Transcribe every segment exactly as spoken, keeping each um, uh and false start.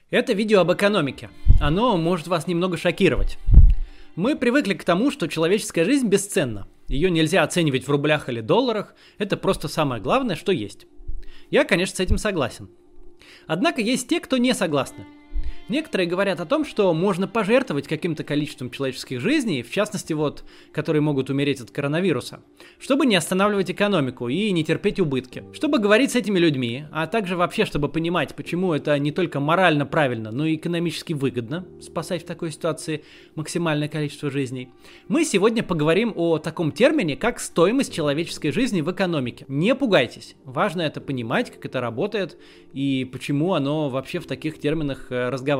Это видео об экономике. Оно может вас немного шокировать. Мы привыкли к тому, что человеческая жизнь бесценна. Ее нельзя оценивать в рублях или долларах. Это просто самое главное, что есть. Я, конечно, с этим согласен. Однако есть те, кто не согласны. Некоторые говорят о том, что можно пожертвовать каким-то количеством человеческих жизней, в частности, вот, которые могут умереть от коронавируса, чтобы не останавливать экономику и не терпеть убытки. Чтобы говорить с этими людьми, а также вообще, чтобы понимать, почему это не только морально правильно, но и экономически выгодно спасать в такой ситуации максимальное количество жизней, мы сегодня поговорим о таком термине, как стоимость человеческой жизни в экономике. Не пугайтесь, важно это понимать, как это работает и почему оно вообще в таких терминах разговаривает.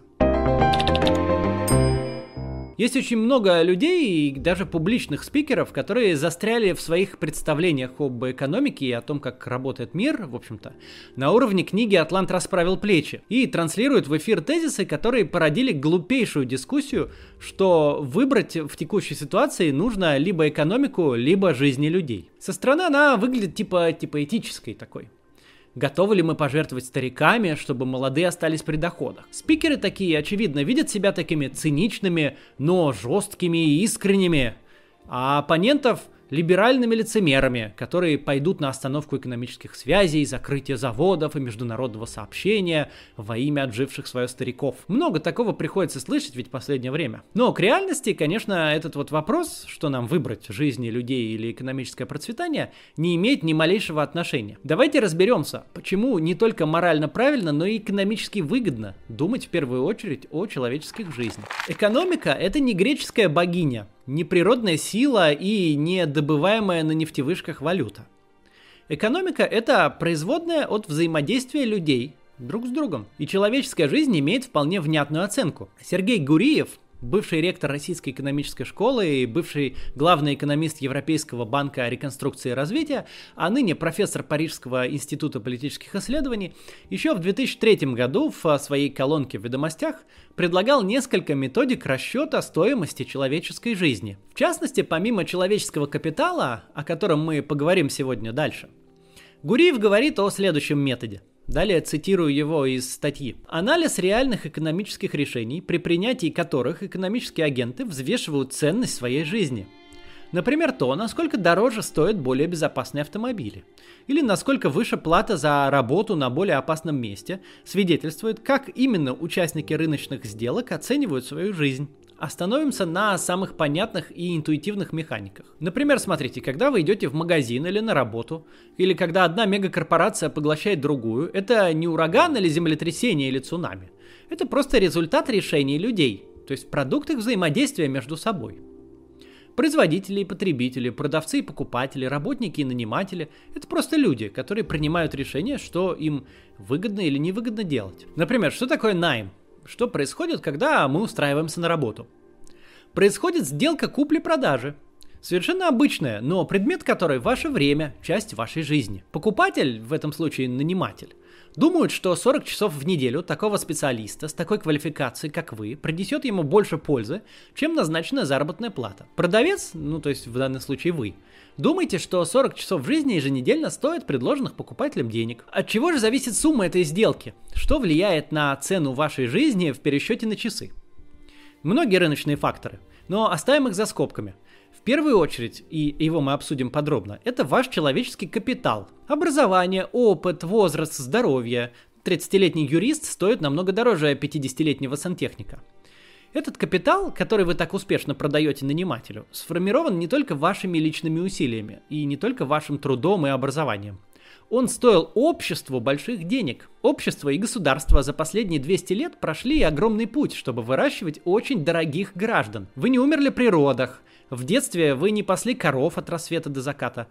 Есть очень много людей и даже публичных спикеров, которые застряли в своих представлениях об экономике и о том, как работает мир, в общем-то, на уровне книги «Атлант расправил плечи» и транслируют в эфир тезисы, которые породили глупейшую дискуссию, что выбрать в текущей ситуации нужно либо экономику, либо жизни людей. Со стороны она выглядит типа, типа этической такой. Готовы ли мы пожертвовать стариками, чтобы молодые остались при доходах? Спикеры такие, очевидно, видят себя такими циничными, но жесткими и искренними, а оппонентов – либеральными лицемерами, которые пойдут на остановку экономических связей, закрытие заводов и международного сообщения во имя отживших свое стариков. Много такого приходится слышать ведь в последнее время. Но к реальности, конечно, этот вот вопрос, что нам выбрать, жизни людей или экономическое процветание, не имеет ни малейшего отношения. Давайте разберемся, почему не только морально правильно, но и экономически выгодно думать в первую очередь о человеческих жизнях. Экономика – это не греческая богиня, не природная сила и не добываемая на нефтевышках валюта. Экономика – это производная от взаимодействия людей друг с другом. И человеческая жизнь имеет вполне внятную оценку. Сергей Гуриев, бывший ректор Российской экономической школы и бывший главный экономист Европейского банка реконструкции и развития, а ныне профессор Парижского института политических исследований, еще в две тысячи третьем году в своей колонке в «Ведомостях» предлагал несколько методик расчета стоимости человеческой жизни. В частности, помимо человеческого капитала, о котором мы поговорим сегодня дальше, Гуриев говорит о следующем методе. Далее цитирую его из статьи. Анализ реальных экономических решений, при принятии которых экономические агенты взвешивают ценность своей жизни. Например, то, насколько дороже стоят более безопасные автомобили. Или насколько выше плата за работу на более опасном месте, свидетельствует, как именно участники рыночных сделок оценивают свою жизнь. Остановимся на самых понятных и интуитивных механиках. Например, смотрите, когда вы идете в магазин или на работу, или когда одна мегакорпорация поглощает другую, это не ураган или землетрясение или цунами. Это просто результат решений людей, то есть продукт их взаимодействия между собой. Производители и потребители, продавцы и покупатели, работники и наниматели – это просто люди, которые принимают решение, что им выгодно или невыгодно делать. Например, что такое найм? Что происходит, когда мы устраиваемся на работу? Происходит сделка купли-продажи. Совершенно обычная, но предмет которой ваше время, часть вашей жизни. Покупатель, в этом случае наниматель, думает, что сорок часов в неделю такого специалиста с такой квалификацией, как вы, принесет ему больше пользы, чем назначенная заработная плата. Продавец, ну то есть в данном случае вы, думаете, что сорок часов в жизни еженедельно стоят предложенных покупателям денег. От чего же зависит сумма этой сделки? Что влияет на цену вашей жизни в пересчете на часы? Многие рыночные факторы, но оставим их за скобками. В первую очередь, и его мы обсудим подробно, это ваш человеческий капитал. Образование, опыт, возраст, здоровье. тридцатилетний юрист стоит намного дороже пятидесятилетнего сантехника. Этот капитал, который вы так успешно продаете нанимателю, сформирован не только вашими личными усилиями и не только вашим трудом и образованием. Он стоил обществу больших денег. Общество и государство за последние двести лет прошли огромный путь, чтобы выращивать очень дорогих граждан. Вы не умерли при родах. В детстве вы не пасли коров от рассвета до заката,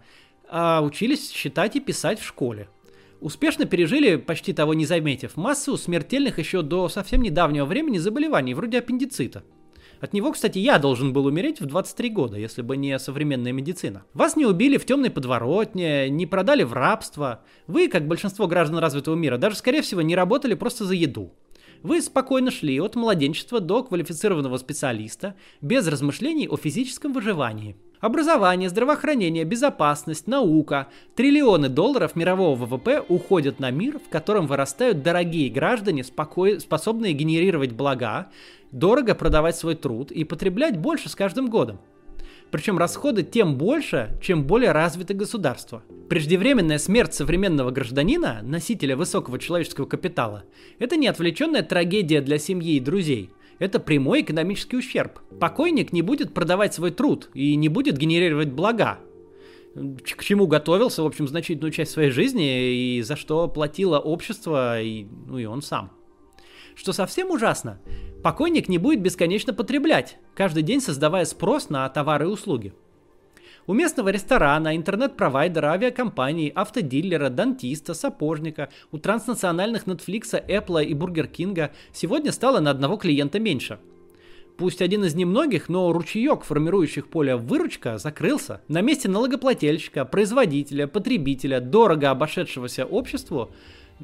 а учились считать и писать в школе. Успешно пережили, почти того не заметив, массу смертельных еще до совсем недавнего времени заболеваний, вроде аппендицита. От него, кстати, я должен был умереть в двадцать три года, если бы не современная медицина. Вас не убили в темной подворотне, не продали в рабство. Вы, как большинство граждан развитого мира, даже, скорее всего, не работали просто за еду. Вы спокойно шли от младенчества до квалифицированного специалиста, без размышлений о физическом выживании. Образование, здравоохранение, безопасность, наука. Триллионы долларов мирового ВВП уходят на мир, в котором вырастают дорогие граждане, споко... способные генерировать блага, дорого продавать свой труд и потреблять больше с каждым годом. Причем расходы тем больше, чем более развито государство. Преждевременная смерть современного гражданина, носителя высокого человеческого капитала, это не отвлеченная трагедия для семьи и друзей. Это прямой экономический ущерб. Покойник не будет продавать свой труд и не будет генерировать блага. К чему готовился, в общем, значительную часть своей жизни и за что платило общество, и, ну и он сам. Что совсем ужасно, покойник не будет бесконечно потреблять, каждый день создавая спрос на товары и услуги. У местного ресторана, интернет-провайдера, авиакомпании, автодилера, дантиста, сапожника, у транснациональных Netflix, Apple и Burger King сегодня стало на одного клиента меньше. Пусть один из немногих, но ручеек, формирующих поле выручка, закрылся. На месте налогоплательщика, производителя, потребителя, дорого обошедшегося обществу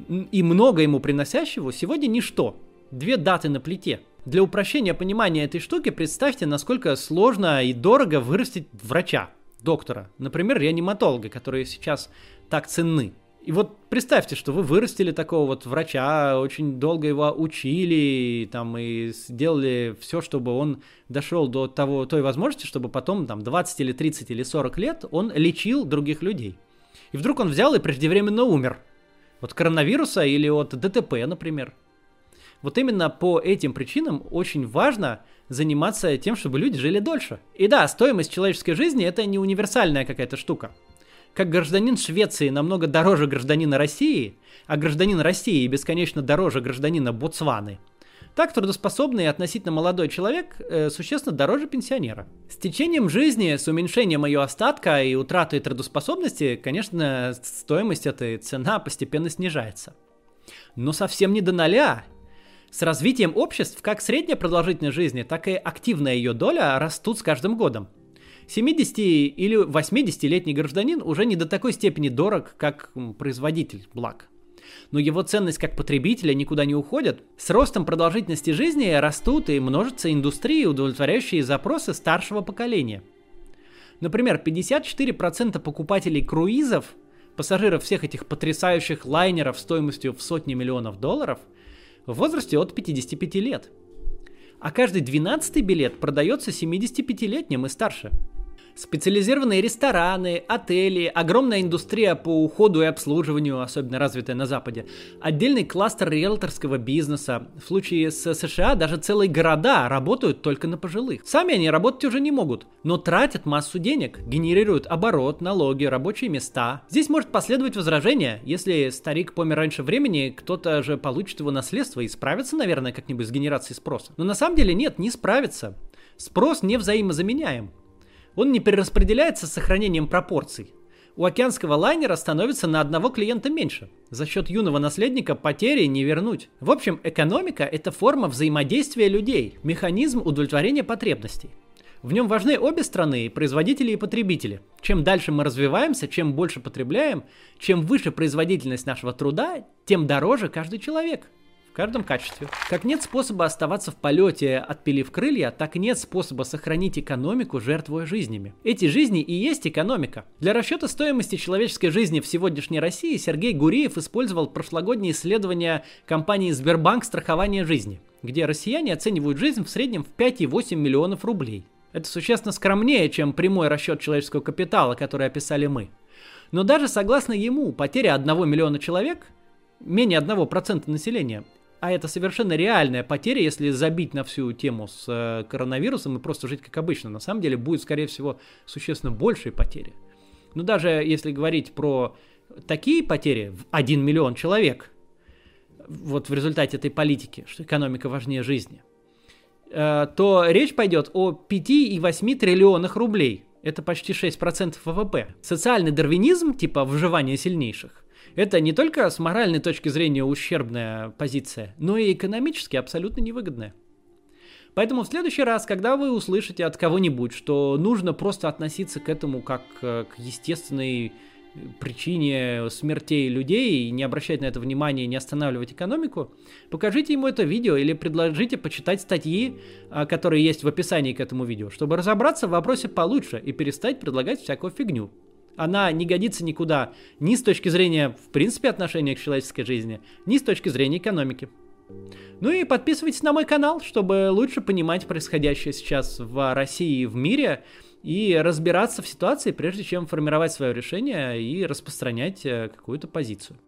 и много ему приносящего сегодня ничто. Две даты на плите. Для упрощения понимания этой штуки представьте, насколько сложно и дорого вырастить врача, доктора, например, реаниматолога, которые сейчас так ценны. И вот представьте, что вы вырастили такого вот врача, очень долго его учили, там, и сделали все, чтобы он дошел до того, той возможности, чтобы потом там, двадцать или тридцать или сорок лет он лечил других людей. И вдруг он взял и преждевременно умер. От коронавируса или от ДТП, например. Вот именно по этим причинам очень важно заниматься тем, чтобы люди жили дольше. И да, стоимость человеческой жизни – это не универсальная какая-то штука. Как гражданин Швеции намного дороже гражданина России, а гражданин России бесконечно дороже гражданина Ботсваны, так трудоспособный и относительно молодой человек э, существенно дороже пенсионера. С течением жизни, с уменьшением ее остатка и утратой трудоспособности, конечно, стоимость этой цена постепенно снижается. Но совсем не до ноля. С развитием обществ как средняя продолжительность жизни, так и активная ее доля растут с каждым годом. семидесяти- или восьмидесятилетний гражданин уже не до такой степени дорог, как производитель благ. Но его ценность как потребителя никуда не уходит. С ростом продолжительности жизни растут и множатся индустрии, удовлетворяющие запросы старшего поколения. Например, пятьдесят четыре процента покупателей круизов, пассажиров всех этих потрясающих лайнеров стоимостью в сотни миллионов долларов, в возрасте от пятидесяти пяти лет. А каждый двенадцатый билет продается семидесятипятилетним и старше. Специализированные рестораны, отели, огромная индустрия по уходу и обслуживанию, особенно развитая на Западе, отдельный кластер риэлторского бизнеса. В случае с США даже целые города работают только на пожилых. Сами они работать уже не могут, но тратят массу денег, генерируют оборот, налоги, рабочие места. Здесь может последовать возражение, если старик помер раньше времени, кто-то же получит его наследство и справится, наверное, как-нибудь с генерацией спроса. Но на самом деле нет, не справится. Спрос не взаимозаменяем. Он не перераспределяется с сохранением пропорций. У океанского лайнера становится на одного клиента меньше. За счет юного наследника потери не вернуть. В общем, экономика – это форма взаимодействия людей, механизм удовлетворения потребностей. В нем важны обе стороны – производители и потребители. Чем дальше мы развиваемся, чем больше потребляем, чем выше производительность нашего труда, тем дороже каждый человек. В каждом качестве. Как нет способа оставаться в полете, отпилив крылья, так и нет способа сохранить экономику, жертвуя жизнями. Эти жизни и есть экономика. Для расчета стоимости человеческой жизни в сегодняшней России Сергей Гуриев использовал прошлогодние исследования компании Сбербанк страхования жизни, где россияне оценивают жизнь в среднем в пять и восемь миллионов рублей. Это существенно скромнее, чем прямой расчет человеческого капитала, который описали мы. Но даже согласно ему, потеря одного миллиона человек, менее одного процента населения, а это совершенно реальная потеря, если забить на всю тему с э, коронавирусом и просто жить как обычно. На самом деле будет, скорее всего, существенно большие потери. Но даже если говорить про такие потери, в один миллион человек, вот в результате этой политики, что экономика важнее жизни, э, то речь пойдет о пяти и восьми триллионах рублей. Это почти шесть процентов ВВП. Социальный дарвинизм, типа выживания сильнейших, это не только с моральной точки зрения ущербная позиция, но и экономически абсолютно невыгодная. Поэтому в следующий раз, когда вы услышите от кого-нибудь, что нужно просто относиться к этому как к естественной причине смертей людей и не обращать на это внимания, не останавливать экономику, покажите ему это видео или предложите почитать статьи, которые есть в описании к этому видео, чтобы разобраться в вопросе получше и перестать предлагать всякую фигню. Она не годится никуда ни с точки зрения, в принципе, отношения к человеческой жизни, ни с точки зрения экономики. Ну и подписывайтесь на мой канал, чтобы лучше понимать происходящее сейчас в России и в мире и разбираться в ситуации, прежде чем формировать свое решение и распространять какую-то позицию.